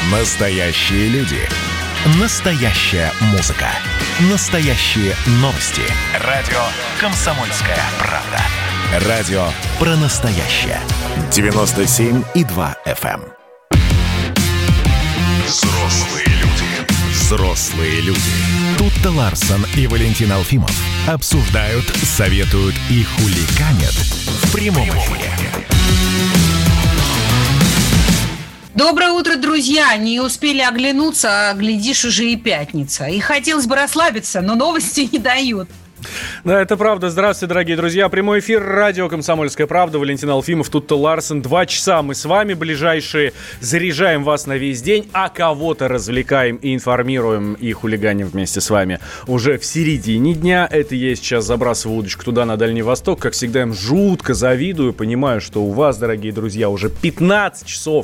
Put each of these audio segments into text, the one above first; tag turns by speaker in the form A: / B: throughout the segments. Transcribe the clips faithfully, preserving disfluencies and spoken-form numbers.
A: Настоящие люди. Настоящая музыка. Настоящие новости. Радио «Комсомольская правда». Радио про настоящее. девяносто семь и два эф эм. Взрослые люди. Взрослые люди. Тутта Ларсон и Валентин Алфимов обсуждают, советуют и хулиганят в прямом эфире.
B: Доброе утро, друзья! Не успели оглянуться, а глядишь, уже и пятница. И хотелось бы расслабиться, но новости не дают.
C: Да, это правда. Здравствуйте, дорогие друзья. Прямой эфир радио «Комсомольская правда». Валентин Алфимов, Тутта Ларсон. Два часа мы с вами ближайшие. Заряжаем вас на весь день, а кого-то развлекаем и информируем, и хулиганим вместе с вами уже в середине дня. Это я сейчас забрасываю удочку туда, на Дальний Восток. Как всегда, им жутко завидую. Понимаю, что у вас, дорогие друзья, уже пятнадцать часов.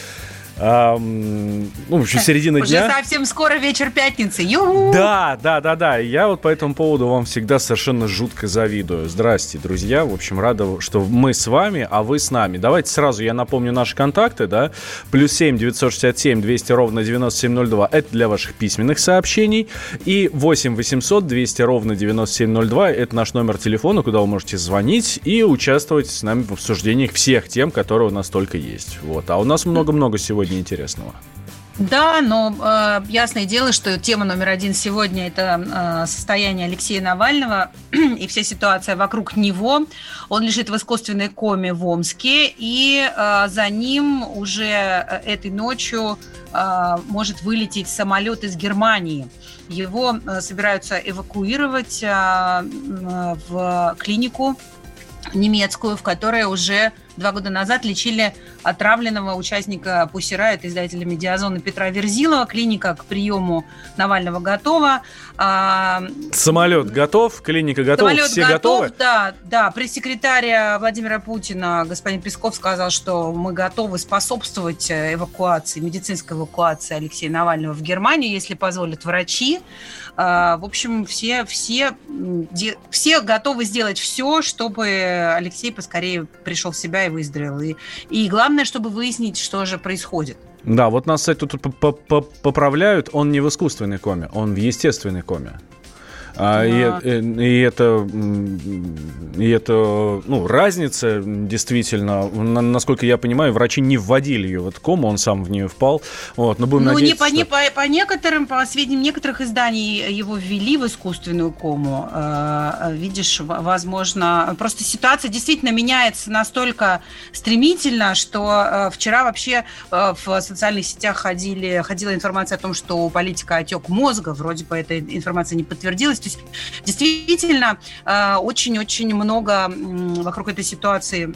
C: А, ну, в общем, середина
B: Уже
C: дня.
B: Уже совсем скоро вечер пятницы. Ю-ху!
C: Да, да, да, да. Я вот по этому поводу вам всегда совершенно жутко завидую. Здрасте, друзья. В общем, рада, что мы с вами, а вы с нами. Давайте сразу я напомню наши контакты, да. Плюс семь девятьсот шестьдесят семь двести ровно девяносто семь ноль два. Это для ваших письменных сообщений. И восемь восемьсот двести ровно девяносто семь ноль два. Это наш номер телефона, куда вы можете звонить и участвовать с нами в обсуждениях всех тем, которые у нас только есть. Вот. А у нас много-много сегодня интересного.
B: Да, но э, ясное дело, что тема номер один сегодня – это э, состояние Алексея Навального и вся ситуация вокруг него. Он лежит в искусственной коме в Омске, и э, за ним уже этой ночью э, может вылететь самолет из Германии. Его э, собираются эвакуировать э, э, в клинику немецкую, в которой уже два года назад лечили отравленного участника Pussy Riot, издателя «Медиазона» Петра Верзилова. Клиника к приему Навального готова.
C: Самолет готов, клиника готова,
B: Самолет
C: все
B: готов,
C: готовы?
B: Да, да. Пресс-секретарь Владимира Путина господин Песков сказал, что мы готовы способствовать эвакуации, медицинской эвакуации Алексея Навального в Германию, если позволят врачи. В общем, все, все, все готовы сделать все, чтобы Алексей поскорее пришел в себя и выздоровел. И, и главное, чтобы выяснить, что же происходит.
C: Да, вот нас, кстати, тут поправляют. Он не в искусственной коме, он в естественной коме. А, и, и, и это, и это ну, разница, действительно, на, насколько я понимаю, врачи не вводили ее в эту кому, он сам в нее впал. Вот, но будем
B: ну,
C: надеяться,
B: не по,
C: что...
B: не по, по некоторым, по сведениям некоторых изданий, его ввели в искусственную кому. Э, видишь, возможно, просто ситуация действительно меняется настолько стремительно, что э, вчера вообще э, в социальных сетях ходили, ходила информация о том, что у политика отек мозга, вроде бы эта информация не подтвердилась. То есть действительно очень-очень много вокруг этой ситуации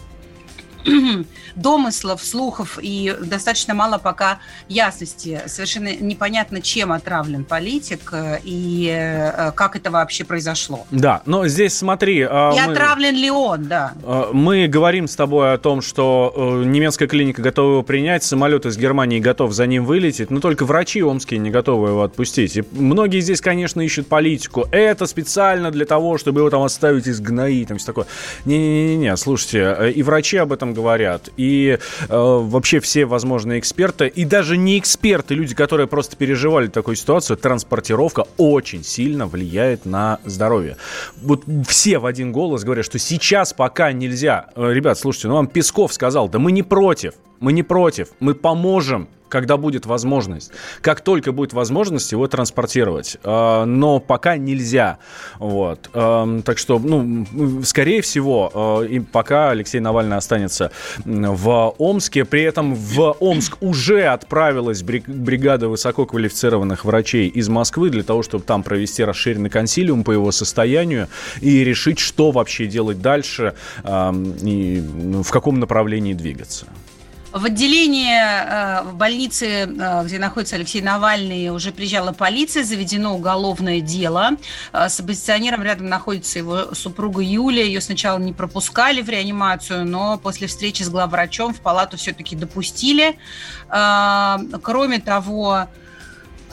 B: домыслов, слухов и достаточно мало пока ясности. Совершенно непонятно, чем отравлен политик и как это вообще произошло.
C: Да, но здесь смотри...
B: И мы, отравлен ли он, да.
C: Мы говорим с тобой о том, что немецкая клиника готова его принять, самолет из Германии готов за ним вылететь, но только врачи омские не готовы его отпустить. И многие здесь, конечно, ищут политику. Это специально для того, чтобы его там оставить из ГНАИ, там все такое. Не-не-не, слушайте, и врачи об этом говорят, и э, вообще все возможные эксперты, и даже не эксперты, люди, которые просто переживали такую ситуацию, транспортировка очень сильно влияет на здоровье. Вот все в один голос говорят, что сейчас пока нельзя. Ребят, слушайте, ну вам Песков сказал, да мы не против, мы не против, мы поможем, когда будет возможность. Как только будет возможность его транспортировать. Но пока нельзя. Вот. Так что, ну, скорее всего, и пока Алексей Навальный останется в Омске. При этом в Омск уже отправилась бригада высококвалифицированных врачей из Москвы для того, чтобы там провести расширенный консилиум по его состоянию и решить, что вообще делать дальше и в каком направлении двигаться.
B: В отделение, в больнице, где находится Алексей Навальный, уже приезжала полиция, заведено уголовное дело. С оппозиционером рядом находится его супруга Юлия. Ее сначала не пропускали в реанимацию, но после встречи с главврачом в палату все-таки допустили. Кроме того,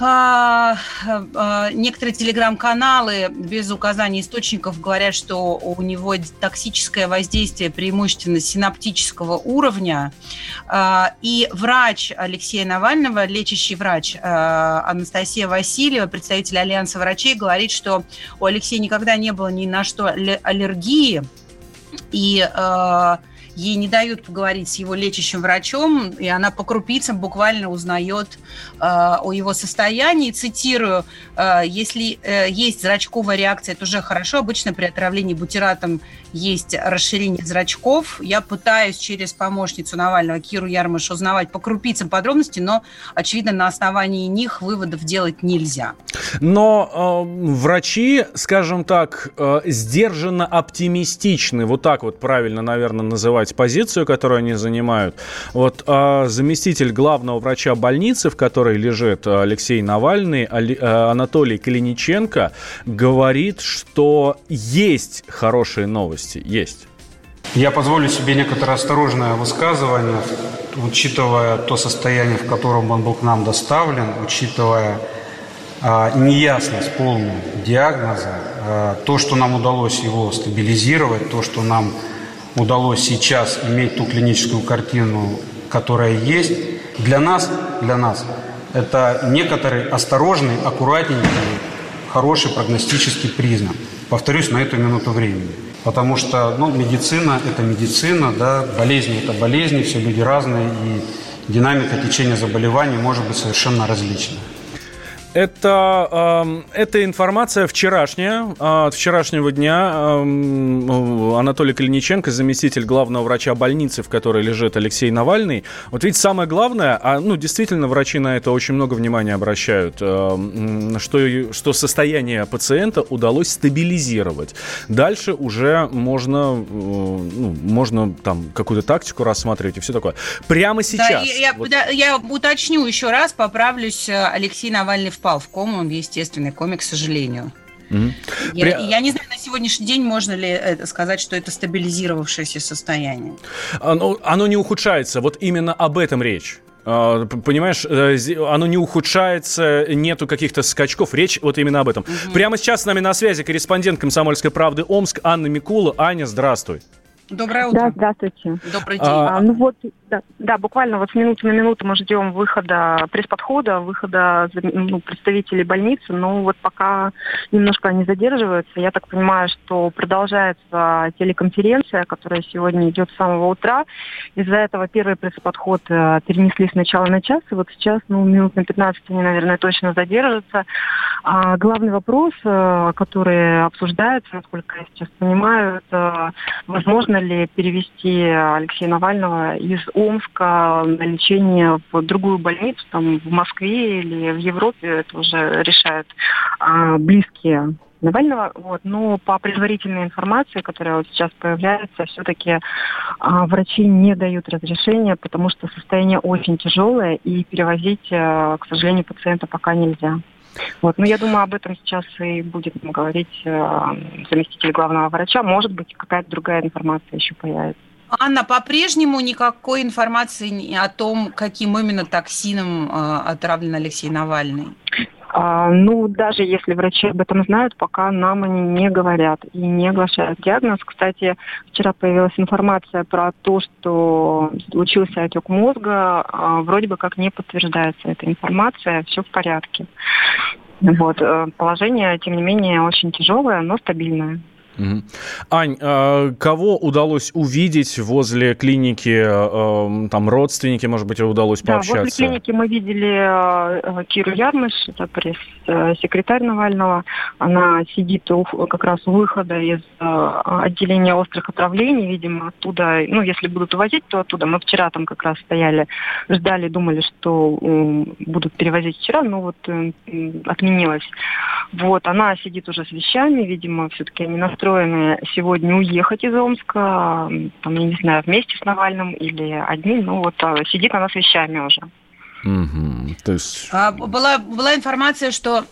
B: А, а, некоторые телеграм-каналы без указания источников говорят, что у него токсическое воздействие преимущественно синаптического уровня. А, и врач Алексея Навального, лечащий врач а, Анастасия Васильева, представитель Альянса врачей, говорит, что у Алексея никогда не было ни на что аллергии, и а, ей не дают поговорить с его лечащим врачом, и она по крупицам буквально узнает э, о его состоянии. Цитирую, э, если э, есть зрачковая реакция, это уже хорошо. Обычно при отравлении бутиратом есть расширение зрачков. Я пытаюсь через помощницу Навального Киру Ярмыш узнавать по крупицам подробности, но, очевидно, на основании них выводов делать нельзя.
C: Но э, врачи, скажем так, э, сдержанно оптимистичны. Вот так вот правильно, наверное, называть позицию, которую они занимают. Вот а, заместитель главного врача больницы, в которой лежит Алексей Навальный, Али, а, Анатолий Калиниченко, говорит, что есть хорошие новости. Есть.
D: Я позволю себе некоторое осторожное высказывание, учитывая то состояние, в котором он был к нам доставлен, учитывая а, неясность полную диагноза, а, то, что нам удалось его стабилизировать, то, что нам удалось сейчас иметь ту клиническую картину, которая есть. Для нас, для нас это некоторый осторожный, аккуратненький, хороший прогностический признак. Повторюсь, на эту минуту времени. Потому что ну, медицина – это медицина, да, болезни – это болезни, все люди разные, и динамика течения заболеваний может быть совершенно различной.
C: Это, э, это информация вчерашняя, от вчерашнего дня. Э, Анатолий Калиниченко, заместитель главного врача больницы, в которой лежит Алексей Навальный. Вот видите, самое главное, а, ну, действительно, врачи на это очень много внимания обращают, э, что, что состояние пациента удалось стабилизировать. Дальше уже можно, э, ну, можно там какую-то тактику рассматривать и все такое. Прямо сейчас. Да,
B: я,
C: вот...
B: да, я уточню еще раз, поправлюсь, Алексей Навальный в впал в кому, он в естественной коме, к сожалению. Mm-hmm. Я, При... я не знаю, на сегодняшний день можно ли это сказать, что это стабилизировавшееся состояние.
C: Оно, оно не ухудшается, вот именно об этом речь. Понимаешь, оно не ухудшается, нету каких-то скачков. Речь вот именно об этом. Mm-hmm. Прямо сейчас с нами на связи корреспондент «Комсомольской правды» Омск Анна Микула. Аня, здравствуй.
B: Доброе утро.
E: Да, здравствуйте.
B: Добрый день.
E: А, ну вот, да, да, буквально вот с минуты на минуту мы ждем выхода, пресс-подхода, выхода ну, представителей больницы, но вот пока немножко они задерживаются. Я так понимаю, что продолжается телеконференция, которая сегодня идет с самого утра. Из-за этого первый пресс-подход перенесли сначала на час, и вот сейчас, ну, минут на пятнадцать они, наверное, точно задержатся. А главный вопрос, который обсуждается, насколько я сейчас понимаю, это возможно ли перевести Алексея Навального из Омска на лечение в другую больницу, там, в Москве или в Европе, это уже решают а, близкие Навального. Вот. Но по предварительной информации, которая вот сейчас появляется, все-таки а, врачи не дают разрешения, потому что состояние очень тяжелое, и перевозить, а, к сожалению, пациента пока нельзя. Вот. Но я думаю, об этом сейчас и будет говорить э, заместитель главного врача. Может быть, какая-то другая информация еще появится.
B: Анна, по-прежнему никакой информации о том, каким именно токсином э, отравлен Алексей Навальный?
E: А, ну, даже если врачи об этом знают, пока нам они не говорят и не оглашают диагноз. Кстати, вчера появилась информация про то, что случился отек мозга. А, вроде бы как не подтверждается эта информация, все в порядке. Вот. Положение, тем не менее, очень тяжелое, но стабильное.
C: Угу. Ань, э, кого удалось увидеть возле клиники, э, там родственники, может быть, удалось пообщаться?
E: Да, возле клиники мы видели э, Киру Ярмыш, это пресс-секретарь Навального. Она сидит у, как раз у выхода из э, отделения острых отравлений, видимо, оттуда, ну, если будут увозить, то оттуда. Мы вчера там как раз стояли, ждали, думали, что э, будут перевозить вчера, но вот э, отменилось. Вот, она сидит уже с вещами, видимо, все-таки они настроены сегодня уехать из Омска, там, я не знаю, вместе с Навальным или одни, ну вот сидит она с вещами уже.
C: Угу. То есть...
B: а, была, была информация, что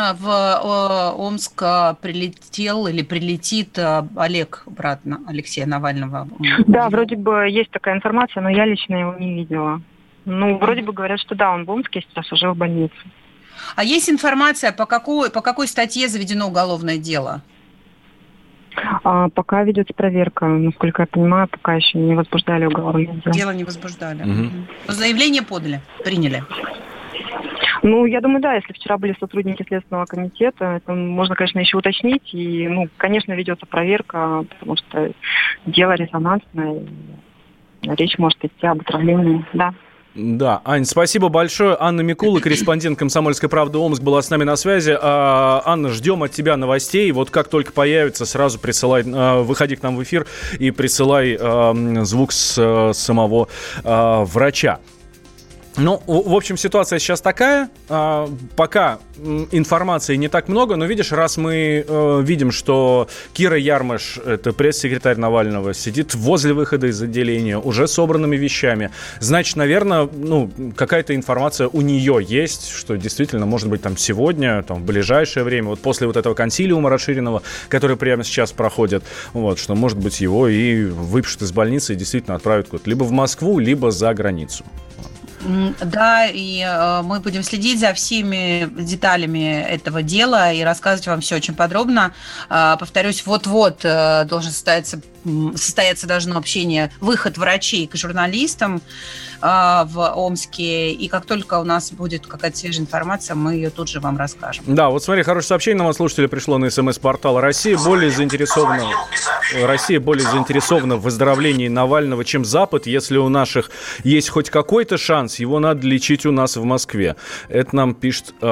B: в Омск прилетел или прилетит Олег, брат Алексея Навального.
E: Да, вроде бы есть такая информация, но я лично его не видела. Ну, вроде бы говорят, что да, он в Омске сейчас уже в больнице.
B: А есть информация, по какой, по какой статье заведено уголовное дело?
E: А, пока ведется проверка. Насколько я понимаю, пока еще не возбуждали уголовное дело.
B: Дело не возбуждали.
C: Угу.
B: Но заявление подали, приняли.
E: Ну, я думаю, да, если вчера были сотрудники Следственного комитета, это можно, конечно, еще уточнить. И, ну, конечно, ведется проверка, потому что дело резонансное. Речь может идти об отравлении, да.
C: Да, Ань, спасибо большое. Анна Микула, корреспондент «Комсомольской правды» Омск, была с нами на связи. А, Анна, ждем от тебя новостей. Вот как только появится, сразу присылай, а, выходи к нам в эфир и присылай а, звук с а, самого а, врача. Ну, в общем, ситуация сейчас такая. Пока информации не так много, но, видишь, раз мы э, видим, что Кира Ярмаш, это пресс-секретарь Навального, сидит возле выхода из отделения уже собранными вещами, значит, наверное, ну, какая-то информация у нее есть, что действительно, может быть, там сегодня, там, в ближайшее время, вот после вот этого консилиума расширенного, который прямо сейчас проходит, вот, что, может быть, его и выпишут из больницы и действительно отправят куда-то либо в Москву, либо за границу.
B: Да, и э, мы будем следить за всеми деталями этого дела и рассказывать вам все очень подробно. Э, повторюсь, вот-вот э, должен состояться, состояться должно общение, выход врачей к журналистам э, в Омске. И как только у нас будет какая-то свежая информация, мы ее тут же вам расскажем.
C: Да, вот смотри, хорошее сообщение нам от слушателя пришло на СМС-портал. Россия более заинтересована, Россия более заинтересована в выздоровлении Навального, чем Запад. Если у наших есть хоть какой-то шанс, его надо лечить у нас в Москве. Это нам пишет э,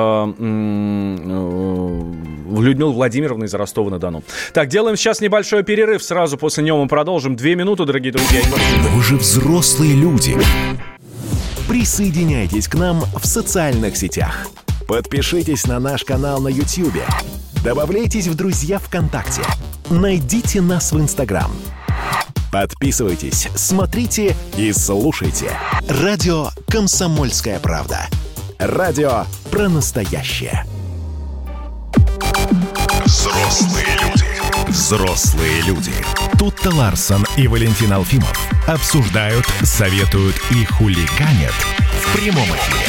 C: э, Людмила Владимировна из Ростова-на-Дону. Так, делаем сейчас небольшой перерыв. Сразу после него мы продолжим. Две минуты, дорогие друзья.
A: Вы же взрослые люди. Присоединяйтесь к нам в социальных сетях. Подпишитесь на наш канал на YouTube. Добавляйтесь в друзья ВКонтакте. Найдите нас в Инстаграм. Подписывайтесь, смотрите и слушайте. Радио «Комсомольская правда». Радио про настоящее. Взрослые люди. Взрослые люди. Тут-то Ларсон и Валентин Алфимов обсуждают, советуют и хулиганят в прямом эфире.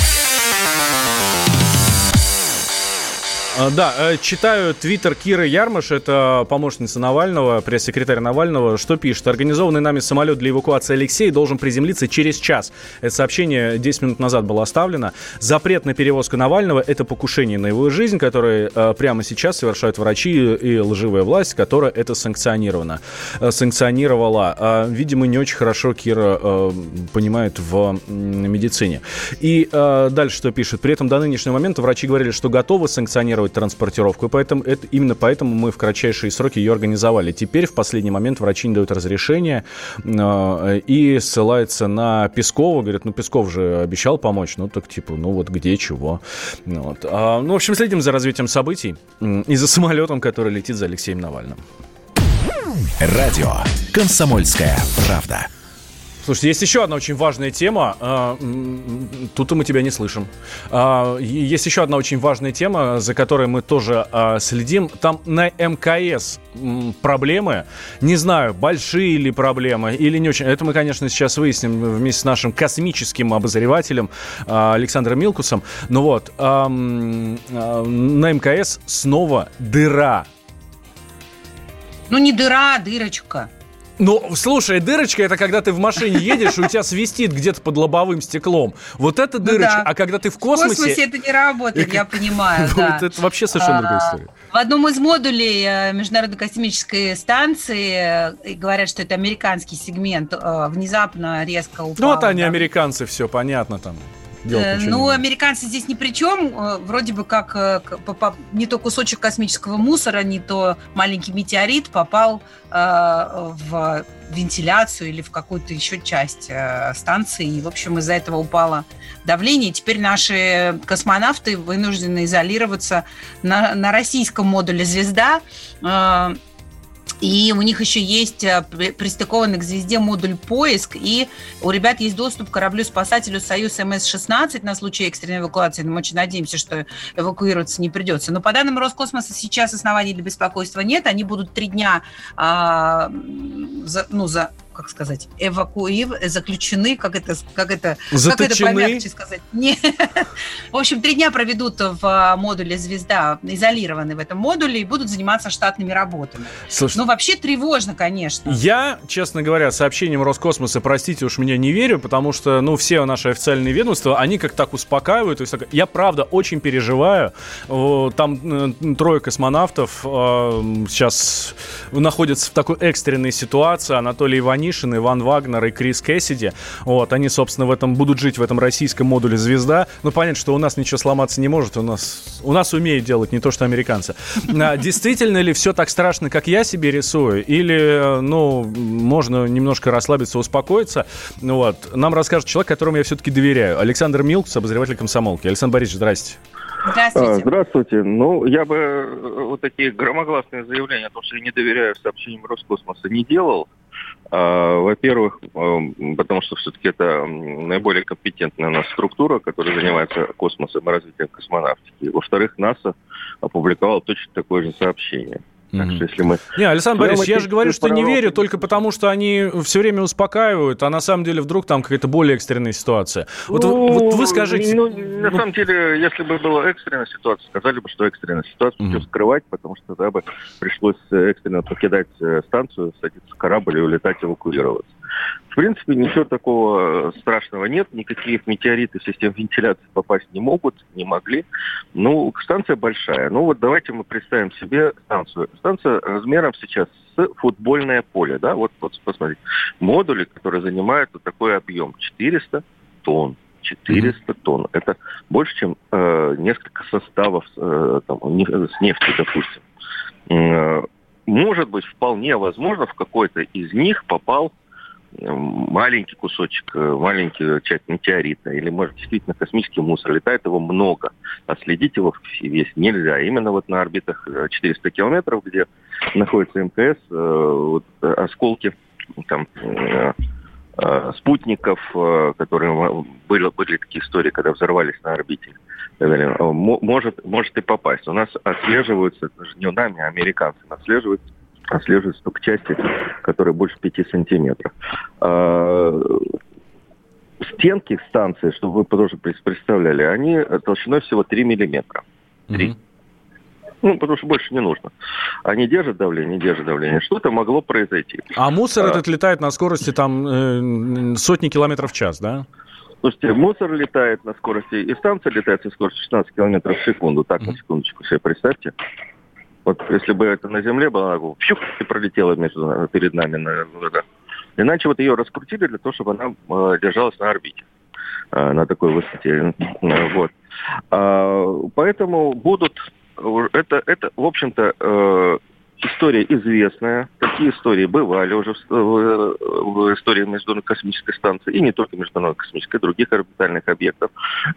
C: Да, читаю твиттер Киры Ярмаш, это помощница Навального, пресс-секретарь Навального, что пишет. Организованный нами самолет для эвакуации Алексея должен приземлиться через час. Это сообщение десять минут назад было оставлено. Запрет на перевозку Навального – это покушение на его жизнь, которое э, прямо сейчас совершают врачи и лживая власть, которая это санкционирована, э, санкционировала. Э, видимо, не очень хорошо Кира э, понимает в э, медицине. И э, дальше что пишет. При этом до нынешнего момента врачи говорили, что готовы санкционировать транспортировку, и поэтому это, именно поэтому мы в кратчайшие сроки ее организовали. Теперь в последний момент врачи не дают разрешения э, и ссылается на Пескова, говорят, ну Песков же обещал помочь, ну так типа, ну вот где, чего. Вот. А, ну, в общем, следим за развитием событий и за самолетом, который летит за Алексеем Навальным.
A: Радио «Комсомольская правда».
C: Слушайте, есть еще одна очень важная тема. Тут мы тебя не слышим. Есть еще одна очень важная тема, за которой мы тоже следим. Там на эм ка эс проблемы. Не знаю, большие ли проблемы или не очень. Это мы, конечно, сейчас выясним вместе с нашим космическим обозревателем Александром Милкусом. Но вот, на эм ка эс снова дыра.
B: Ну, не дыра, а дырочка.
C: Ну, слушай, дырочка — это когда ты в машине едешь, и у тебя свистит где-то под лобовым стеклом. Вот это дырочка. Ну, да. А когда ты в космосе...
B: В космосе это не работает, я понимаю, да.
C: Это вообще совершенно другая история.
B: В одном из модулей Международной космической станции говорят, что это американский сегмент, внезапно резко упал.
C: Ну, вот они американцы, все понятно там.
B: Ну, американцы здесь ни при чем. Вроде бы как не то кусочек космического мусора, не то маленький метеорит попал в вентиляцию или в какую-то еще часть станции. И, в общем, из-за этого упало давление. И теперь наши космонавты вынуждены изолироваться на, на российском модуле «Звезда». И у них еще есть пристыкованный к звезде модуль «Поиск», и у ребят есть доступ к кораблю-спасателю «Союз эм эс шестнадцать» на случай экстренной эвакуации. Мы очень надеемся, что эвакуироваться не придется. Но по данным Роскосмоса сейчас оснований для беспокойства нет. Они будут три дня а, за, ну, за как сказать, эвакуив, заключены, как это, как это,
C: Заточены.
B: Как это помягче сказать. Не. В общем, три дня проведут в модуле «Звезда», изолированы в этом модуле, и будут заниматься штатными работами.
C: Слушай,
B: ну, вообще тревожно, конечно.
C: Я, честно говоря, сообщением Роскосмоса, простите уж меня, не верю, потому что, ну, все наши официальные ведомства, они как так успокаивают. Я, правда, очень переживаю. Там трое космонавтов сейчас находятся в такой экстренной ситуации. Анатолий Иванишин, Иван Вагнер и Крис Кэссиди. Вот, они, собственно, в этом будут жить в этом российском модуле «Звезда». Ну, понятно, что у нас ничего сломаться не может. У нас, у нас умеют делать не то, что американцы. Действительно ли все так страшно, как я себе рисую? Или, ну, можно немножко расслабиться, успокоиться? Вот. Нам расскажет человек, которому я все-таки доверяю. Александр Милкус, обозреватель «Комсомолки». Александр Борисович, здрасте.
B: Здравствуйте.
F: Здравствуйте. Ну, я бы вот такие громогласные заявления о том, что я не доверяю сообщениям Роскосмоса, не делал. Во-первых, потому что все-таки это наиболее компетентная у нас структура, которая занимается космосом и развитием космонавтики. Во-вторых, НАСА опубликовала точно такое же сообщение. Так что, если мы...
C: Не, Александр Борисович, я же говорю, что не верю только потому, что они все время успокаивают, а на самом деле вдруг там какая-то более экстренная ситуация. Вот, ну, вот вы скажите...
F: Ну, на самом деле, если бы была экстренная ситуация, сказали бы, что экстренная ситуация, mm-hmm. все скрывать, потому что тогда бы пришлось экстренно покидать станцию, садиться в корабль и улетать, эвакуироваться. В принципе, ничего такого страшного нет, никакие метеориты в систему вентиляции попасть не могут, не могли. Ну, станция большая. Ну, вот давайте мы представим себе станцию. Станция размером сейчас с футбольное поле, да, вот, вот посмотрите. Модули, которые занимают вот такой объем, четыреста тонн. четыреста mm-hmm. тонн. Это больше, чем э, несколько составов э, там, с нефтью, допустим. Э, может быть, вполне возможно, в какой-то из них попал маленький кусочек, маленький часть метеорита, или, может, действительно космический мусор, летает его много, а следить его весь нельзя. Именно вот на орбитах четыреста километров, где находится МКС, вот, осколки там, спутников, которые были, были такие истории, когда взорвались на орбите, может, может и попасть. У нас отслеживаются, это же не нами, а американцы отслеживают отслеживаются только части, которые больше пяти сантиметров. А, стенки станции, чтобы вы тоже представляли, они толщиной всего три миллиметра. три. Mm-hmm. Ну, потому что больше не нужно. Они держат давление, держат давление. Что-то могло произойти.
C: А мусор а, этот летает на скорости там э, сотни километров в час, да?
F: Слушайте, мусор летает на скорости, и станция летает со скоростью шестнадцать километров в секунду. Так, mm-hmm. на секундочку себе представьте. Вот если бы это на Земле было, она пщук, и пролетела между, перед нами на глазах. Иначе вот ее раскрутили для того, чтобы она э, держалась на орбите, э, на такой высоте. Э, вот. А, поэтому будут... Это, это в общем-то, э, история известная. Такие истории бывали уже в, в, в истории Международной космической станции, и не только Международной космической, других орбитальных объектов.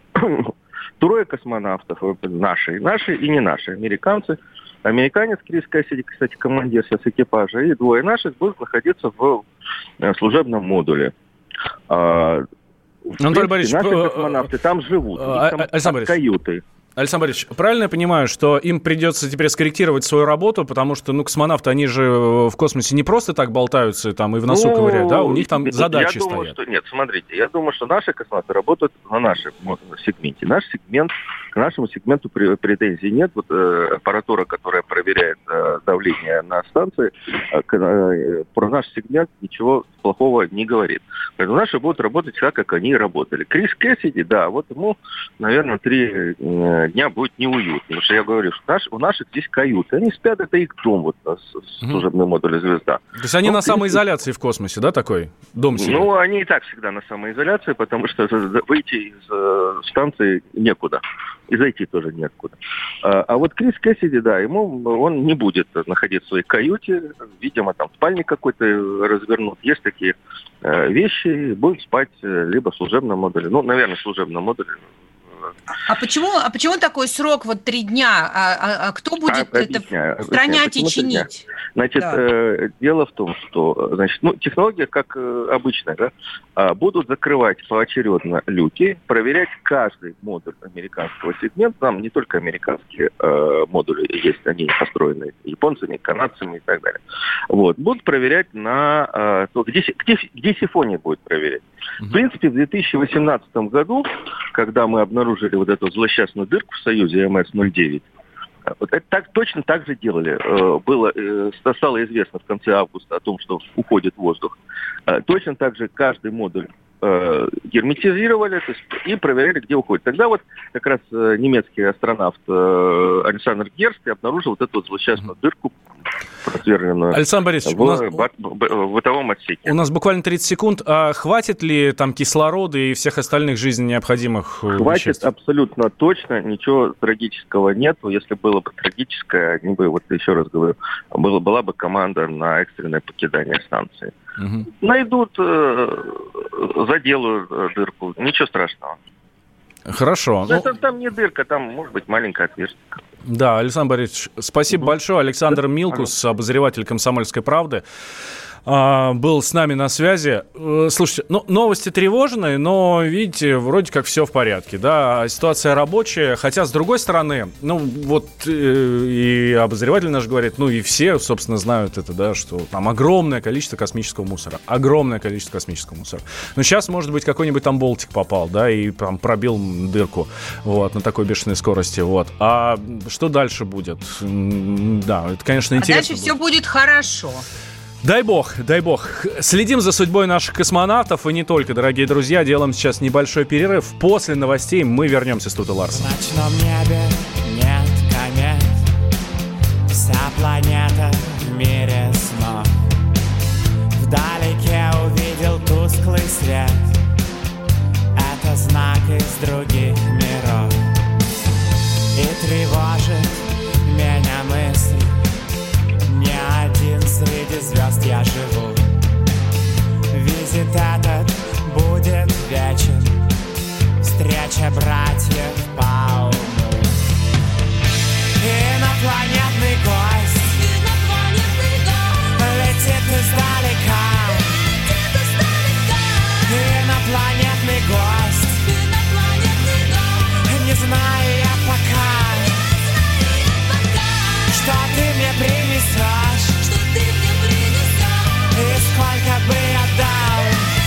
F: Трое космонавтов, наши, наши и не наши, американцы. Американец Крис Кэссиди, кстати, командир сейчас экипажа, и двое наших будут находиться в служебном модуле. А,
C: Анатолий Борисович,
F: наши космонавты там живут, у них там каюты.
C: Александр Борисович, правильно я понимаю, что им придется теперь скорректировать свою работу, потому что, ну, космонавты, они же в космосе не просто так болтаются там и в носу ну, ковыряют, да? У них там задачи
F: я думаю,
C: стоят.
F: Что, нет, смотрите, я думаю, что наши космонавты работают на нашем сегменте. Наш сегмент, к нашему сегменту претензий нет. Вот э, аппаратура, которая проверяет э, давление на станции, э, э, про наш сегмент ничего плохого не говорит. Поэтому наши будут работать так, как они и работали. Крис Кэссиди, да, вот ему, наверное, три э, дня будет неуютно. Потому что я говорю, что наш, у наших здесь каюты. Они спят, это их дом, вот, служебный модуль «Звезда».
C: То есть они ну, на самоизоляции в космосе, да, такой? Дом себе?
F: Ну, они и так всегда на самоизоляции, потому что выйти из э, станции некуда. И зайти тоже неоткуда. А, а вот Крис Кэссиди, да, ему он не будет находиться в своей каюте. Видимо, там спальник какой-то развернут. Есть такие э, вещи. Будет спать либо в служебном модуле. Ну, наверное, в служебном модуле
B: А почему, а почему такой срок, вот три дня? А, а, а кто будет
F: а,
B: это
F: объясняю,
B: устранять
F: объясняю,
B: и чинить?
F: Значит,
B: Да.
F: э, дело в том, что значит, ну, технология, как э, обычно, да, э, будут закрывать поочередно люки, проверять каждый модуль американского сегмента. Там не только американские э, модули есть, они построены японцами, канадцами и так далее. Вот. Будут проверять на... Э, то, где, где, где сифония будет проверять. Mm-hmm. В принципе, в две тысячи восемнадцатом году, когда мы обнаружили вот эту злосчастную дырку в Союзе эм эс ноль девять, вот это так, точно так же делали. Было, стало известно в конце августа о том, что уходит воздух. Точно так же каждый модуль герметизировали, то есть, и проверяли, где уходит. Тогда вот как раз немецкий астронавт Александр Герский обнаружил вот эту вот злосчастную дырку, просверленную
C: Александр Борисович,
F: в,
C: у нас...
F: в бытовом отсеке.
C: У нас буквально тридцать секунд. А хватит ли там кислорода и всех остальных жизненно необходимых
F: Хватит
C: веществ?
F: абсолютно точно. Ничего трагического нету. Если было бы трагическое, не бы, вот еще раз говорю, было, была бы команда на экстренное покидание станции. Угу. Найдут, э, заделают э, дырку. Ничего страшного.
C: Хорошо.
F: Ну, это, там не дырка, там может быть маленькое отверстие.
C: Да, Александр Борисович, спасибо угу. большое. Александр Милкус, обозреватель «Комсомольской правды», был с нами на связи. Слушайте, ну, новости тревожные, но, видите, вроде как все в порядке, да, ситуация рабочая, хотя, с другой стороны, ну, вот и обозреватель наш говорит, ну, и все, собственно, знают это, да, что там огромное количество космического мусора, огромное количество космического мусора. Но сейчас, может быть, какой-нибудь там болтик попал, да, и там пробил дырку, вот, на такой бешеной скорости, вот. А что дальше будет? Да, это, конечно, интересно. А
B: дальше будет. Все будет хорошо.
C: Дай бог, дай бог. Следим за судьбой наших космонавтов и не только, дорогие друзья. Делаем сейчас небольшой перерыв. После новостей мы вернемся с Тут и Ларсен.
G: В ночном небе нет комет. Вся планета в мире снов. Вдалеке увидел тусклый свет. Это знак из других миров. И тревожит меня мысль. Не один среди звезд я живу. Визит этот будет вечен. Встреча братьев по уму. Инопланетный гость, Инопланетный гость летит издалека. Летит издалека. Инопланетный гость, Инопланетный гость не знаю я пока, что ты мне принесешь, что ты мне принесешь, и сколько бы я дал,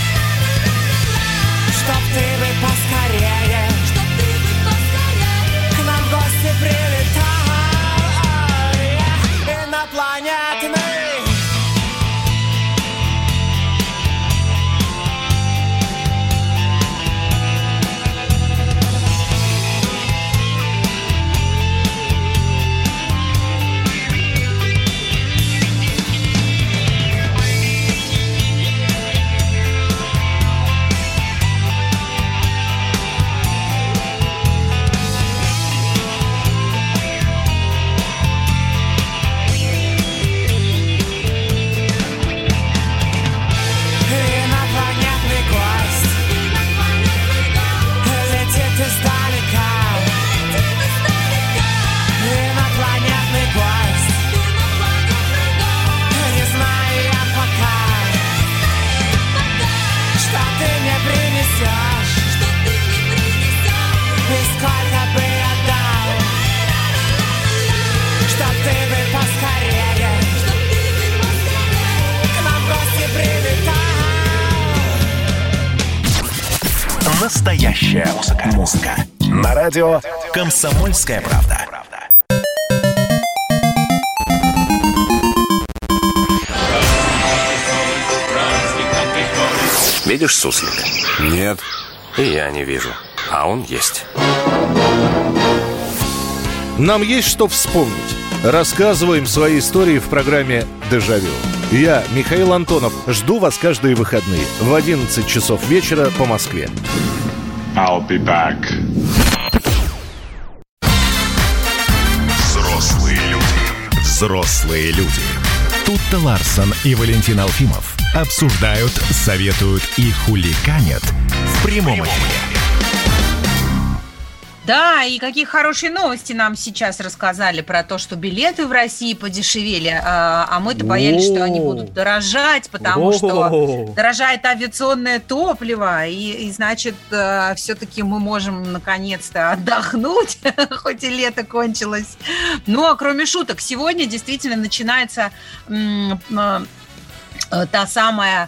G: чтоб ты бы поскорее, чтоб ты бы поскорее к нам в гости прилетал, yeah, инопланетный.
A: Настоящая музыка. Музыка. На радио «Комсомольская правда».
H: Видишь суслика?
I: Нет.
H: И я не вижу. А он есть.
I: Нам есть что вспомнить. Рассказываем свои истории в программе «Дежавю». Я, Михаил Антонов, жду вас каждые выходные в одиннадцать часов вечера по Москве.
J: I'll be back.
A: Взрослые люди. Взрослые люди. Тут-то Ларсон и Валентин Алфимов обсуждают, советуют и хулиганят в прямом эфире.
B: Да, и какие хорошие новости нам сейчас рассказали про то, что билеты в России подешевели, а мы-то боялись, что они будут дорожать, потому что дорожает авиационное топливо, и, и значит, все-таки мы можем наконец-то отдохнуть, хоть и лето кончилось. Ну, а кроме шуток, сегодня действительно начинается м- м- та самая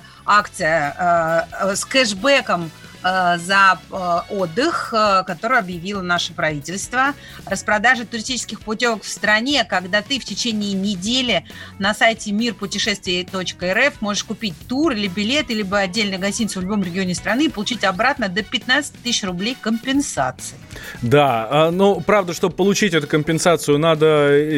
B: акция э, с кэшбэком за отдых, который объявило наше правительство. Распродажа туристических путевок в стране, когда ты в течение недели на сайте мир путешествий точка эр эф можешь купить тур или билет, либо отдельную гостиницу в любом регионе страны и получить обратно до пятнадцать тысяч рублей компенсации.
C: Да, ну, правда, чтобы получить эту компенсацию, надо,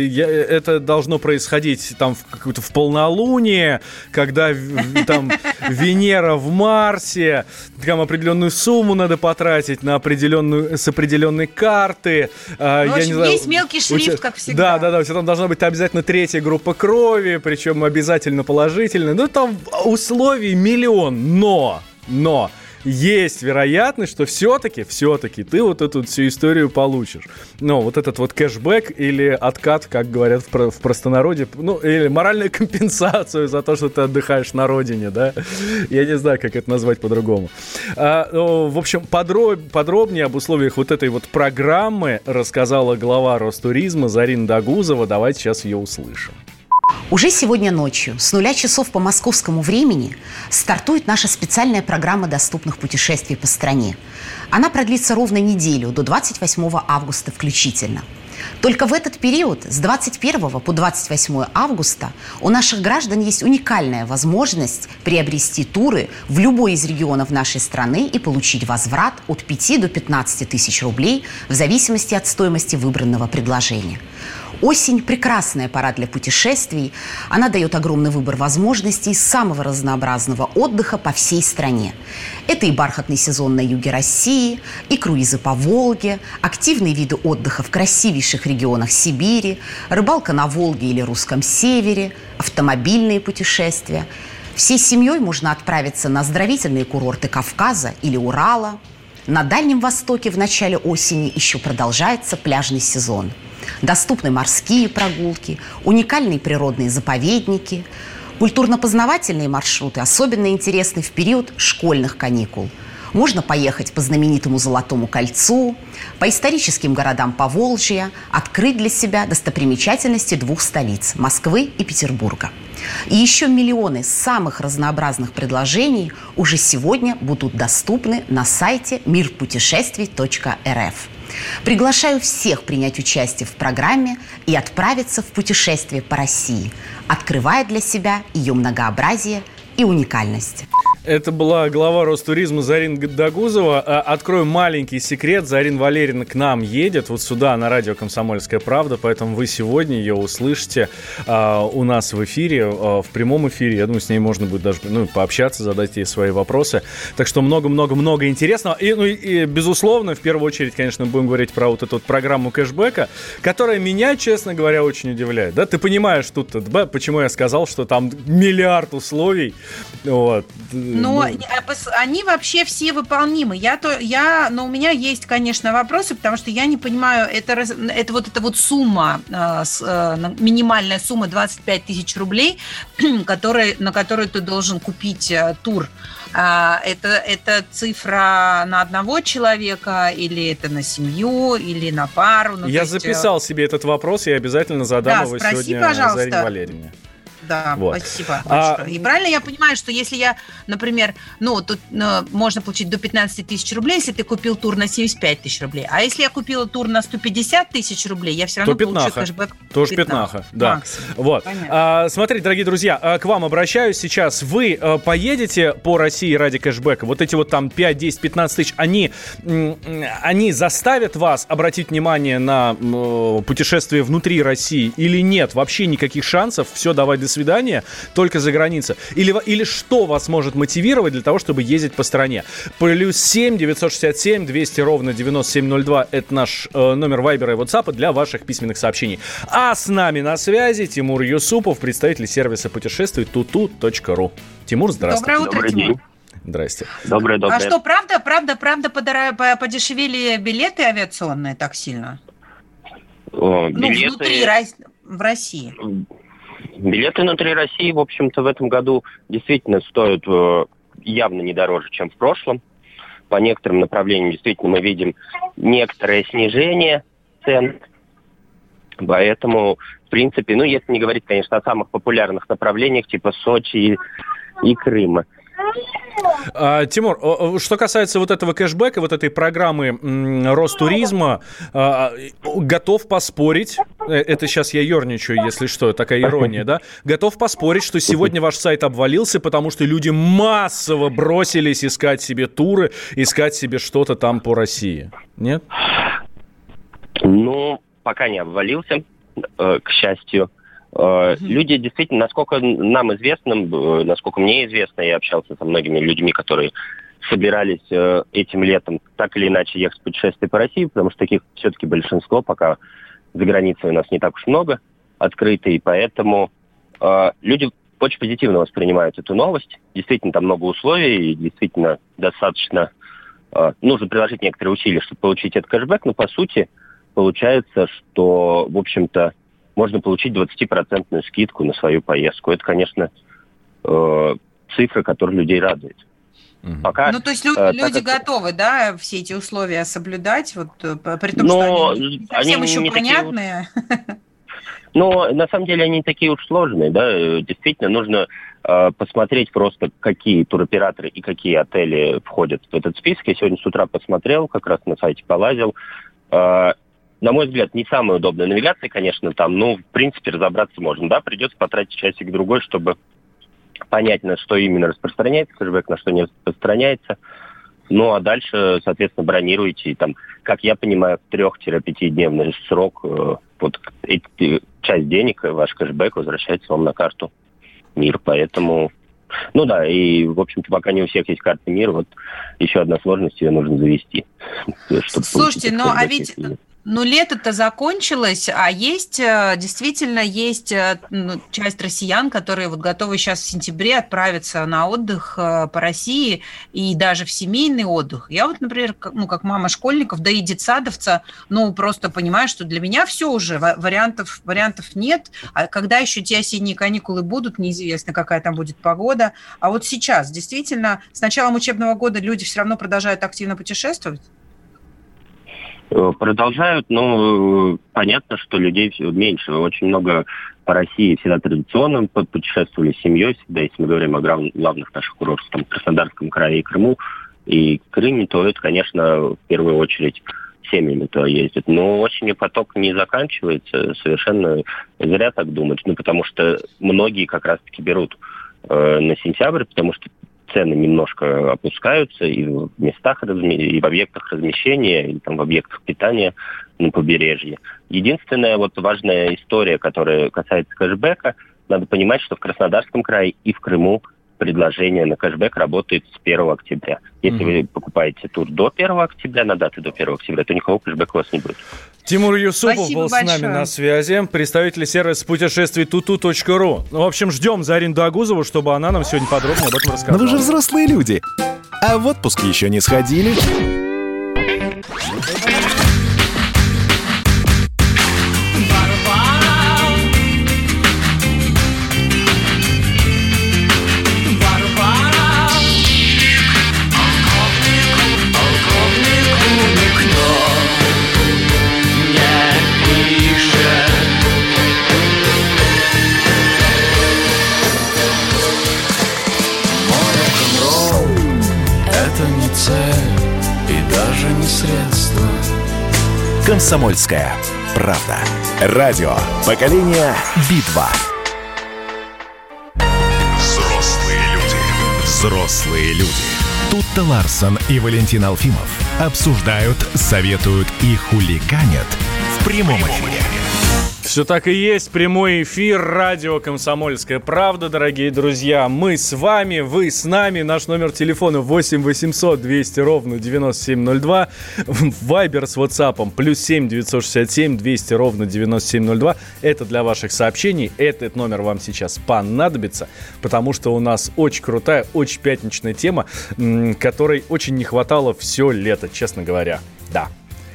C: это должно происходить там в, какое-то в полнолуние, когда там Венера в Марсе, там определенную сумму надо потратить на определенную, с определенной карты.
B: Ну, я в общем,
C: не знаю,
B: есть мелкий шрифт,
C: уча...
B: как всегда.
C: Да, да, да, у тебя там должна быть обязательно третья группа крови, причем обязательно положительная. Ну, там условий миллион, но, но... есть вероятность, что все-таки, все-таки ты вот эту всю историю получишь. Ну, вот этот вот кэшбэк или откат, как говорят в, про- в простонародье, ну, или моральную компенсацию за то, что ты отдыхаешь на родине, да? Я не знаю, как это назвать по-другому. А, ну, в общем, подроб- подробнее об условиях вот этой вот программы рассказала глава Ростуризма Зарина Дагузова. Давайте сейчас ее услышим.
K: Уже сегодня ночью, с нуля часов по московскому времени, стартует наша специальная программа доступных путешествий по стране. Она продлится ровно неделю, до двадцать восьмого августа включительно. Только в этот период, с двадцать первого по двадцать восьмое августа, у наших граждан есть уникальная возможность приобрести туры в любой из регионов нашей страны и получить возврат от пяти до пятнадцати тысяч рублей в зависимости от стоимости выбранного предложения. Осень – прекрасная пора для путешествий. Она дает огромный выбор возможностей самого разнообразного отдыха по всей стране. Это и бархатный сезон на юге России, и круизы по Волге, активные виды отдыха в красивейших регионах Сибири, рыбалка на Волге или Русском Севере, автомобильные путешествия. Всей семьей можно отправиться на оздоровительные курорты Кавказа или Урала. На Дальнем Востоке в начале осени еще продолжается пляжный сезон. Доступны морские прогулки, уникальные природные заповедники. Культурно-познавательные маршруты особенно интересны в период школьных каникул. Можно поехать по знаменитому Золотому кольцу, по историческим городам Поволжья, открыть для себя достопримечательности двух столиц – Москвы и Петербурга. И еще миллионы самых разнообразных предложений уже сегодня будут доступны на сайте мир путешествий точка эр эф. Приглашаю всех принять участие в программе и отправиться в путешествие по России, открывая для себя ее многообразие и уникальность.
C: Это была глава Ростуризма Зарина Дагузова. Открою маленький секрет. Зарина Валерьевна к нам едет вот сюда на радио «Комсомольская правда», поэтому вы сегодня ее услышите а, у нас в эфире, а, в прямом эфире. Я думаю, с ней можно будет даже ну, пообщаться, задать ей свои вопросы. Так что много-много-много интересного. И, ну, и, безусловно, в первую очередь, конечно, будем говорить про вот эту вот программу кэшбэка, которая меня, честно говоря, очень удивляет. Да? Ты понимаешь тут, почему я сказал, что там миллиард условий. Вот.
B: Но они вообще все выполнимы. Я то, я, но у меня есть, конечно, вопросы, потому что я не понимаю, это, это вот эта вот сумма, минимальная сумма двадцать пять тысяч рублей, который, на которую ты должен купить тур. Это, это цифра на одного человека, или это на семью, или на пару? Ну,
C: я
B: есть...
C: записал себе этот вопрос и обязательно задам
B: да,
C: его
B: спроси,
C: сегодня
B: пожалуйста.
C: Зарине Валерьевне.
B: Да, вот. Спасибо
C: а...
B: большое. И правильно я понимаю, что если я, например, ну, тут ну, можно получить до пятнадцать тысяч рублей, если ты купил тур на семьдесят пять тысяч рублей. А если я купила тур на сто пятьдесят тысяч рублей, я все равно
C: то
B: получу кэшбэк.
C: Тоже пятнаха, да. Вот. А, смотрите, дорогие друзья, к вам обращаюсь сейчас. Вы а, поедете по России ради кэшбэка? Вот эти вот там пять, десять, пятнадцать тысяч, они, они заставят вас обратить внимание на м, путешествие внутри России или нет? Вообще никаких шансов. Все, давай, до свидания. Только за границей. Или, или что вас может мотивировать для того, чтобы ездить по стране? Плюс семь девятьсот шестьдесят семь двести ровно девяносто семь ноль два. Это наш э, номер вайбера и ватсапа для ваших письменных сообщений. А с нами на связи Тимур Юсупов, представитель сервиса путешествий туту точка ру. Тимур, здравствуйте.
B: Доброе утро, Тимур.
C: Здрасте.
L: Доброе, доброе.
B: А что, правда, правда, правда подора... подешевели билеты авиационные так сильно?
L: О, билеты...
B: Ну, внутри, в России.
L: Билеты внутри России, в общем-то, в этом году действительно стоят явно не дороже, чем в прошлом. По некоторым направлениям действительно мы видим некоторое снижение цен. Поэтому, в принципе, ну, если не говорить, конечно, о самых популярных направлениях, типа Сочи и, и Крыма.
C: А, Тимур, что касается вот этого кэшбэка, вот этой программы м, Ростуризма, а, готов поспорить, это сейчас я ерничаю, если что, такая ирония, да? Готов поспорить, что сегодня ваш сайт обвалился, потому что люди массово бросились искать себе туры, искать себе что-то там по России. Нет?
L: Ну, пока не обвалился, э, к счастью. Э, люди действительно, насколько нам известно, э, насколько мне известно, я общался со многими людьми, которые собирались э, этим летом так или иначе ехать в путешествие по России, потому что таких все-таки большинство, пока за границей у нас не так уж много открыто, и поэтому э, люди очень позитивно воспринимают эту новость. Действительно, там много условий, и действительно достаточно э, нужно приложить некоторые усилия, чтобы получить этот кэшбэк, но по сути получается, что, в общем-то, можно получить двадцатипроцентную скидку на свою поездку. Это, конечно, э, цифра, которая людей радует. Mm-hmm. Пока,
B: ну, то есть лю-
L: э,
B: люди
L: как...
B: готовы, да, все эти условия соблюдать, вот, при том,
L: но
B: что они не совсем
L: они
B: еще
L: не
B: понятные.
L: Такие... Но на самом деле они такие уж сложные, да, действительно нужно э, посмотреть просто, какие туроператоры и какие отели входят в этот список. Я сегодня с утра посмотрел, как раз на сайте полазил. Э, На мой взгляд, не самая удобная навигация, конечно, там, но, в принципе, разобраться можно. Да, придется потратить часик-другой, чтобы понять, на что именно распространяется кэшбэк, на что не распространяется. Ну, а дальше, соответственно, бронируете, и там, как я понимаю, в трех-пятидневный срок э, вот эти, часть денег, ваш кэшбэк возвращается вам на карту МИР, поэтому... Ну да, и, в общем-то, пока не у всех есть карта МИР, вот еще одна сложность, ее нужно завести.
B: Слушайте, ну а ведь... Ну, лето-то закончилось, а есть, действительно, есть часть россиян, которые вот готовы сейчас в сентябре отправиться на отдых по России и даже в семейный отдых. Я вот, например, ну, как мама школьников, да и детсадовца, ну, просто понимаю, что для меня все уже, вариантов, вариантов нет. А когда еще те осенние каникулы будут, неизвестно, какая там будет погода. А вот сейчас, действительно, с началом учебного года люди все равно продолжают активно путешествовать?
L: Продолжают, но понятно, что людей все меньше. Очень много по России всегда традиционно путешествовали с семьей, всегда, если мы говорим о главных наших курортах, там, Краснодарском крае и Крыму, и Крыме, то это, конечно, в первую очередь семьями то ездят. Но осенью поток не заканчивается, совершенно зря так думать, ну, потому что многие как раз-таки берут э, на сентябрь, потому что цены немножко опускаются и в местах, и в объектах размещения, и там в объектах питания на побережье. Единственная вот важная история, которая касается кэшбэка, надо понимать, что в Краснодарском крае и в Крыму предложение на кэшбэк работает с первого октября. Если mm-hmm. вы покупаете тур до первого октября, на даты до первого октября, то никакого кэшбэка у вас не будет.
C: Тимур Юсупов
B: Спасибо
C: был
B: большое.
C: с нами на связи, представитель сервиса путешествий туту точка ру. Ну, в общем, ждем Зарину Дагузову, чтобы она нам сегодня подробнее об этом рассказала.
A: Но вы же взрослые люди. А в отпуск еще не сходили? «Комсомольская правда». Радио «Поколение Би-два». Взрослые люди. Взрослые люди. Тутта Ларсон и Валентин Алфимов обсуждают, советуют и хулиганят в прямом эфире.
C: Все так и есть. Прямой эфир. Радио «Комсомольская правда», дорогие друзья. Мы с вами, вы с нами. Наш номер телефона восемь восемьсот двести ровно девяносто семь ноль два. Вайбер с WhatsApp плюс семь девятьсот шестьдесят семь двести ровно девяносто семь ноль два. Это для ваших сообщений. Этот номер вам сейчас понадобится, потому что у нас очень крутая, очень пятничная тема, которой очень не хватало все лето, честно говоря. Да.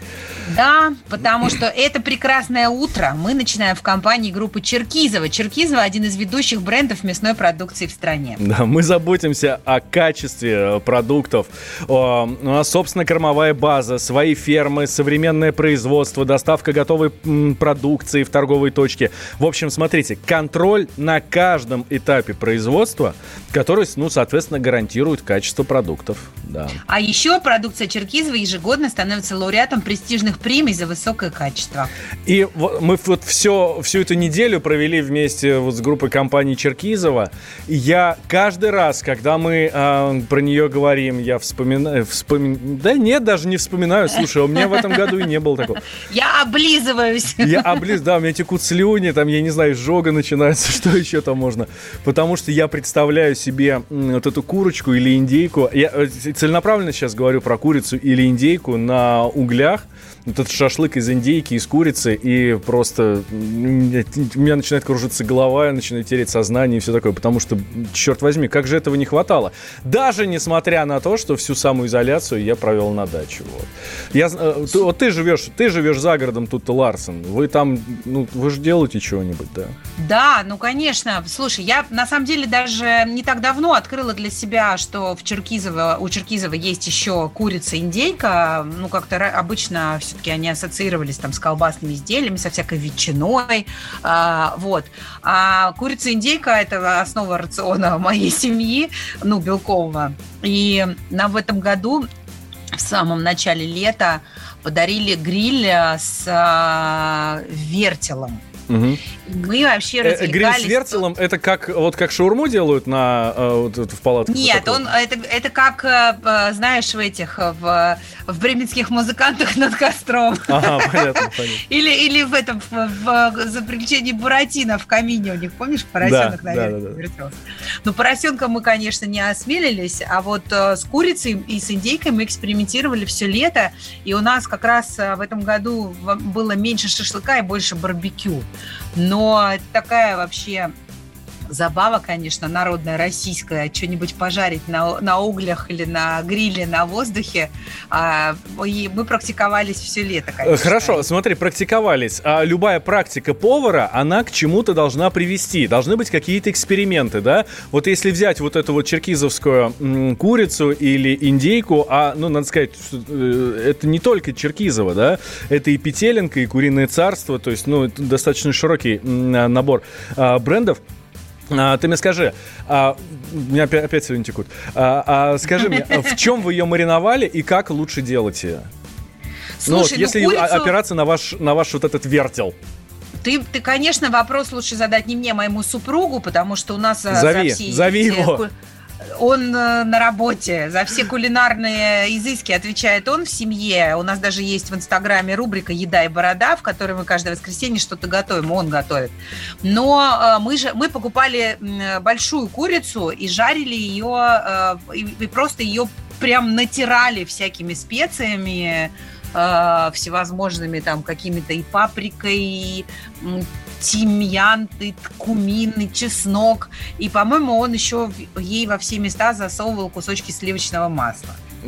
B: Да, потому что это прекрасное утро. Мы начинаем в компании группы Черкизово. Черкизово – один из ведущих брендов мясной продукции в стране.
C: Да, мы заботимся о качестве продуктов. У нас собственная кормовая база, свои фермы, современное производство, доставка готовой продукции в торговые точки. В общем, смотрите, контроль на каждом этапе производства, который, ну, соответственно, гарантирует качество продуктов. Да.
B: А еще продукция Черкизово ежегодно становится лауреатом престижных премий за высокое качество.
C: И вот мы вот все, всю эту неделю провели вместе вот с группой компании Черкизово. И я каждый раз, когда мы э, про нее говорим, я вспоминаю... Вспомин... Да нет, даже не вспоминаю. Слушай, у меня в этом году и не было такого.
B: Я облизываюсь.
C: Я облизываюсь, да, у меня текут слюни, там, я не знаю, изжога начинается, что еще там можно. Потому что я представляю себе вот эту курочку или индейку. Я целенаправленно сейчас говорю про курицу или индейку на углях. Вот этот шашлык из индейки, из курицы, и просто у меня начинает кружиться голова, я начинаю тереть сознание и все такое, потому что, черт возьми, как же этого не хватало. Даже несмотря на то, что всю самоизоляцию я провел на даче. Вот, я, ты, вот ты живешь, ты живешь за городом, тут Ларсон, вы там, ну, вы же делаете чего-нибудь, да?
B: Да, ну, конечно. Слушай, я на самом деле даже не так давно открыла для себя, что в Черкизово, у Черкизово есть еще курица-индейка, ну, как-то обычно все все-таки они ассоциировались там с колбасными изделиями, со всякой ветчиной, а, вот. А курица-индейка – это основа рациона моей семьи, ну, белкового. И нам в этом году, в самом начале лета, подарили гриль с а, вертелом.
C: Угу.
B: Мы вообще развлекались.
C: Гриль с вертелом, это как, вот как шаурму делают на, вот, в палатках?
B: Нет, он, это, это как, знаешь, в этих, в, в бременских музыкантах над костром.
C: Ага, понятно, понятно.
B: Или, или в этом, в, в, за приключение Буратино в камине у них, помнишь, поросенок,
C: да,
B: наверное,
C: да, да,
B: вертелся. Но поросенка мы, конечно, не осмелились, а вот с курицей и с индейкой мы экспериментировали все лето, и у нас как раз в этом году было меньше шашлыка и больше барбекю. Но такая вообще забава, конечно, народная, российская, что-нибудь пожарить на, на углях или на гриле, на воздухе. А, и мы практиковались все лето, конечно.
C: Хорошо, смотри, практиковались. А любая практика повара, она к чему-то должна привести. Должны быть какие-то эксперименты, да? Вот если взять вот эту вот черкизовскую м, курицу или индейку, а, ну, надо сказать, что, э, это не только Черкизово, да? Это и Петелинка, и Куриное царство, то есть, ну, это достаточно широкий м, набор а, брендов. А, ты мне скажи, а, у меня опять, опять сегодня текут, а, а, скажи мне, в чем вы ее мариновали и как лучше делать ее? Слушай, ну, вот, ну, если курицу... опираться на ваш, на ваш вот этот вертел.
B: Ты, ты, конечно, вопрос лучше задать не мне, а моему супругу, потому что у нас
C: зови,
B: за все...
C: Зови его.
B: Он на работе, за все кулинарные изыски отвечает он в семье. У нас даже есть в Инстаграме рубрика «Еда и борода», в которой мы каждое воскресенье что-то готовим, он готовит. Но мы же мы покупали большую курицу и жарили ее, и просто ее прям натирали всякими специями, всевозможными там какими-то и паприкой, и тимьян, и кумин, и чеснок. И, по-моему, он еще ей во все места засовывал кусочки сливочного масла.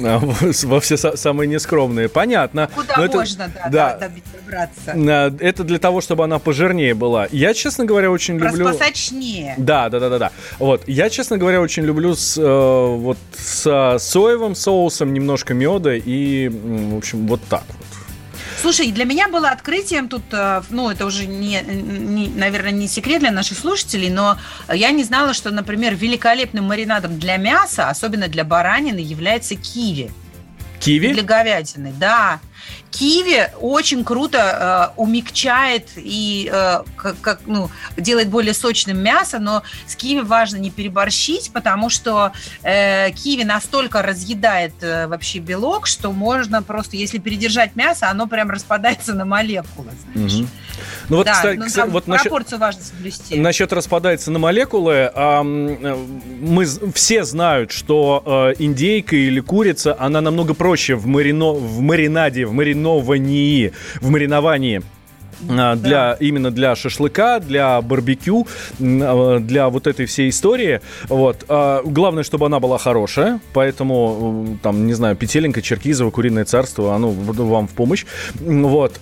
C: Во все самые нескромные. Понятно.
B: Куда
C: но
B: можно,
C: это,
B: да,
C: да,
B: добраться.
C: Это для того, чтобы она пожирнее была. Я, честно говоря, очень люблю...
B: Распосочнее.
C: Да, да, да, да, да. Вот. Я, честно говоря, очень люблю с, э, вот, с соевым соусом, немножко меда и, в общем, вот так вот.
B: Слушай, для меня было открытием тут, ну, это уже, не, не, наверное, не секрет для наших слушателей, но я не знала, что, например, великолепным маринадом для мяса, особенно для баранины, является киви.
C: Киви?
B: Для говядины, да. киви очень круто э, умягчает и э, как, как, ну, делает более сочным мясо, но с киви важно не переборщить, потому что э, киви настолько разъедает э, вообще белок, что можно просто, если передержать мясо, оно прям распадается на молекулы, знаешь.
C: Угу. Ну вот,
B: да,
C: кстати,
B: ну,
C: кстати, вот
B: пропорцию насчет, важно соблюсти.
C: Насчет распадается на молекулы, а, мы все знают, что а, индейка или курица, она намного проще в, марино, в маринаде, в мариновании, в мариновании. Для, да. Именно для шашлыка, для барбекю, для вот этой всей истории. Вот. Главное, чтобы она была хорошая, поэтому, там, не знаю, Петеленко, Черкизово, Куриное царство, оно вам в помощь. Вот.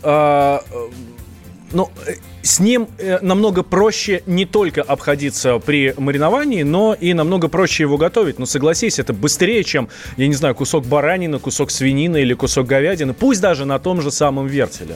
C: Но с ним намного проще не только обходиться при мариновании, но и намного проще его готовить. Но согласись, это быстрее, чем, я не знаю, кусок баранины, кусок свинины или кусок говядины, пусть даже на том же самом вертеле.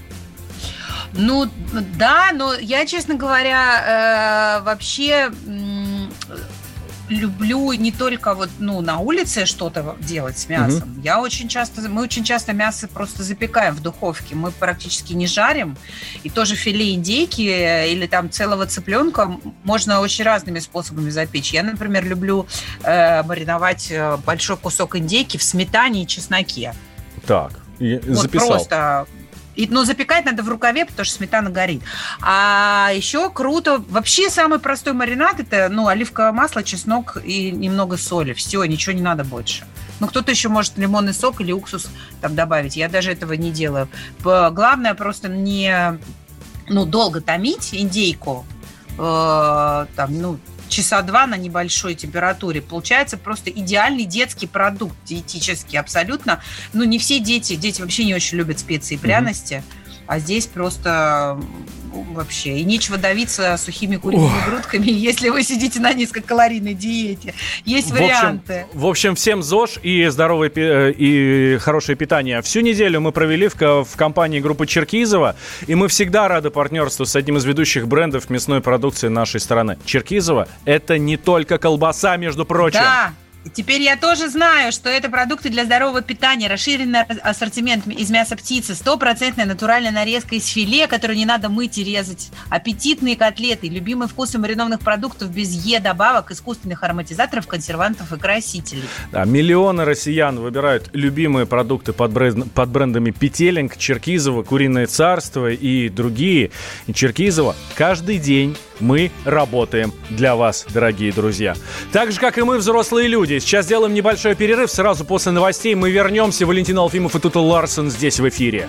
B: Ну, да, но я, честно говоря, э, вообще м- люблю не только вот, ну, на улице что-то делать с мясом. Mm-hmm. Я очень часто, мы очень часто мясо просто запекаем в духовке. Мы практически не жарим. И тоже филе индейки или там целого цыпленка можно очень разными способами запечь. Я, например, люблю э, мариновать большой кусок индейки в сметане и чесноке.
C: Так, я
B: вот
C: записал.
B: Просто... И, но запекать надо в рукаве, потому что сметана горит. А еще круто. Вообще самый простой маринад – это ну, оливковое масло, чеснок и немного соли. Все, ничего не надо больше. Ну, кто-то еще может лимонный сок или уксус там добавить. Я даже этого не делаю. Главное просто не ну, долго томить индейку. Э, там, ну, часа два на небольшой температуре. Получается просто идеальный детский продукт, диетический абсолютно. Ну, не все дети, дети вообще не очень любят специи и пряности, mm-hmm. а здесь просто вообще. И нечего давиться сухими куриными Ох. грудками, если вы сидите на низкокалорийной диете. Есть
C: в
B: варианты.
C: Общем, в общем, всем ЗОЖ и здоровое и хорошее питание. Всю неделю мы провели в, в компании группы Черкизово, и мы всегда рады партнерству с одним из ведущих брендов мясной продукции нашей страны. Черкизово – это не только колбаса, между прочим.
B: Да. И теперь я тоже знаю, что это продукты для здорового питания, расширенный ассортимент из мяса птицы, стопроцентная натуральная нарезка из филе, которую не надо мыть и резать, аппетитные котлеты, любимые вкусы маринованных продуктов без Е-добавок, искусственных ароматизаторов, консервантов и красителей.
C: Да, миллионы россиян выбирают любимые продукты под, бренд, под брендами Петеленко, Черкизово, Куриное царство и другие. И Черкизово каждый день мы работаем для вас, дорогие друзья. Так же, как и мы, взрослые люди. Сейчас сделаем небольшой перерыв. Сразу после новостей мы вернемся. Валентин Алфимов и Тута Ларсон здесь в эфире.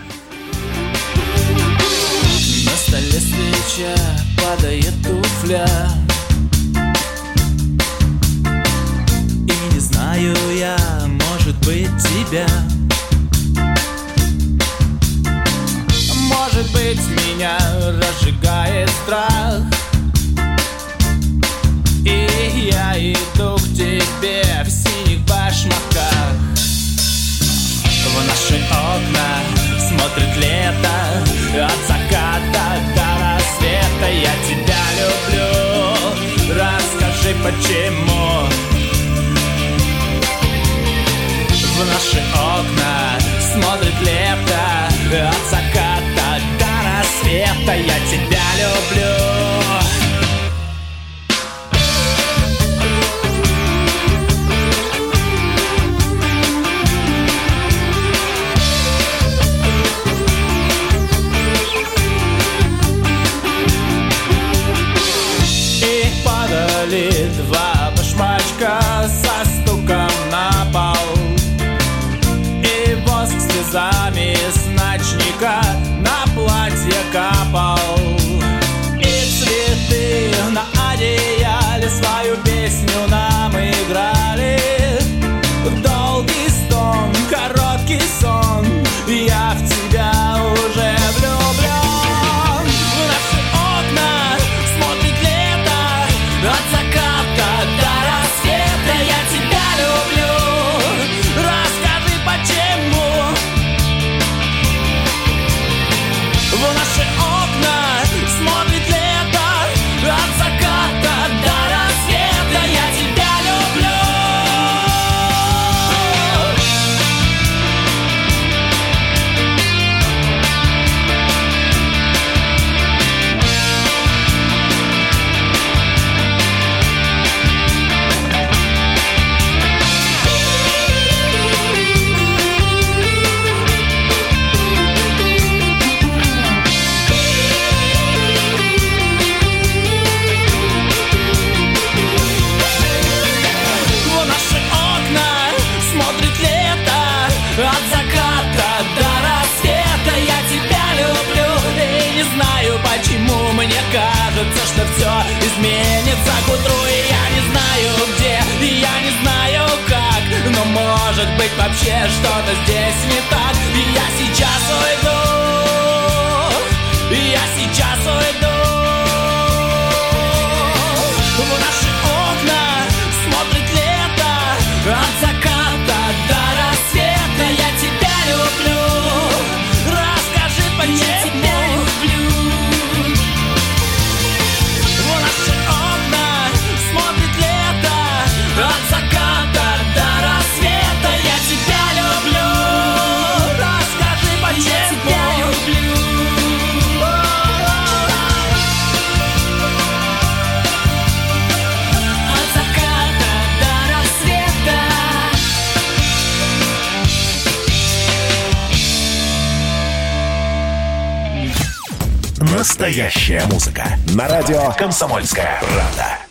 G: На столе свеча, падает туфля. И не знаю я, может быть, тебя. Может быть, меня разжигает страх. И я иду к тебе в синих башмаках. В наши окна смотрит лето, от заката до рассвета. Я тебя люблю, расскажи почему. В наши окна смотрит лето, от заката до рассвета. Я тебя люблю. Два башмачка со стуком на пол, и воск слезами с ночника на платье капал. И цветы на одеяле свою песню нам играли. Долгий стон, короткий сон, я в тебя уже влюблен. В наши окна смотрит лето, от заката до рассвета. Я тебя люблю, расскажи почему. В наши окна смотрит лето, от заката до рассвета. Я тебя люблю. вообще что-то здесь не так. И я сейчас уйду, и я сейчас уйду. В наши окна смотрит лето, от заката до рассвета. Я тебя люблю, расскажи, почему я тебя люблю. В наши окна смотрит лето, от заката до рассвета. Я тебя люблю, расскажи, почему я тебя люблю. От заката до рассвета.
A: Настоящая музыка. На радио «Комсомольская правда».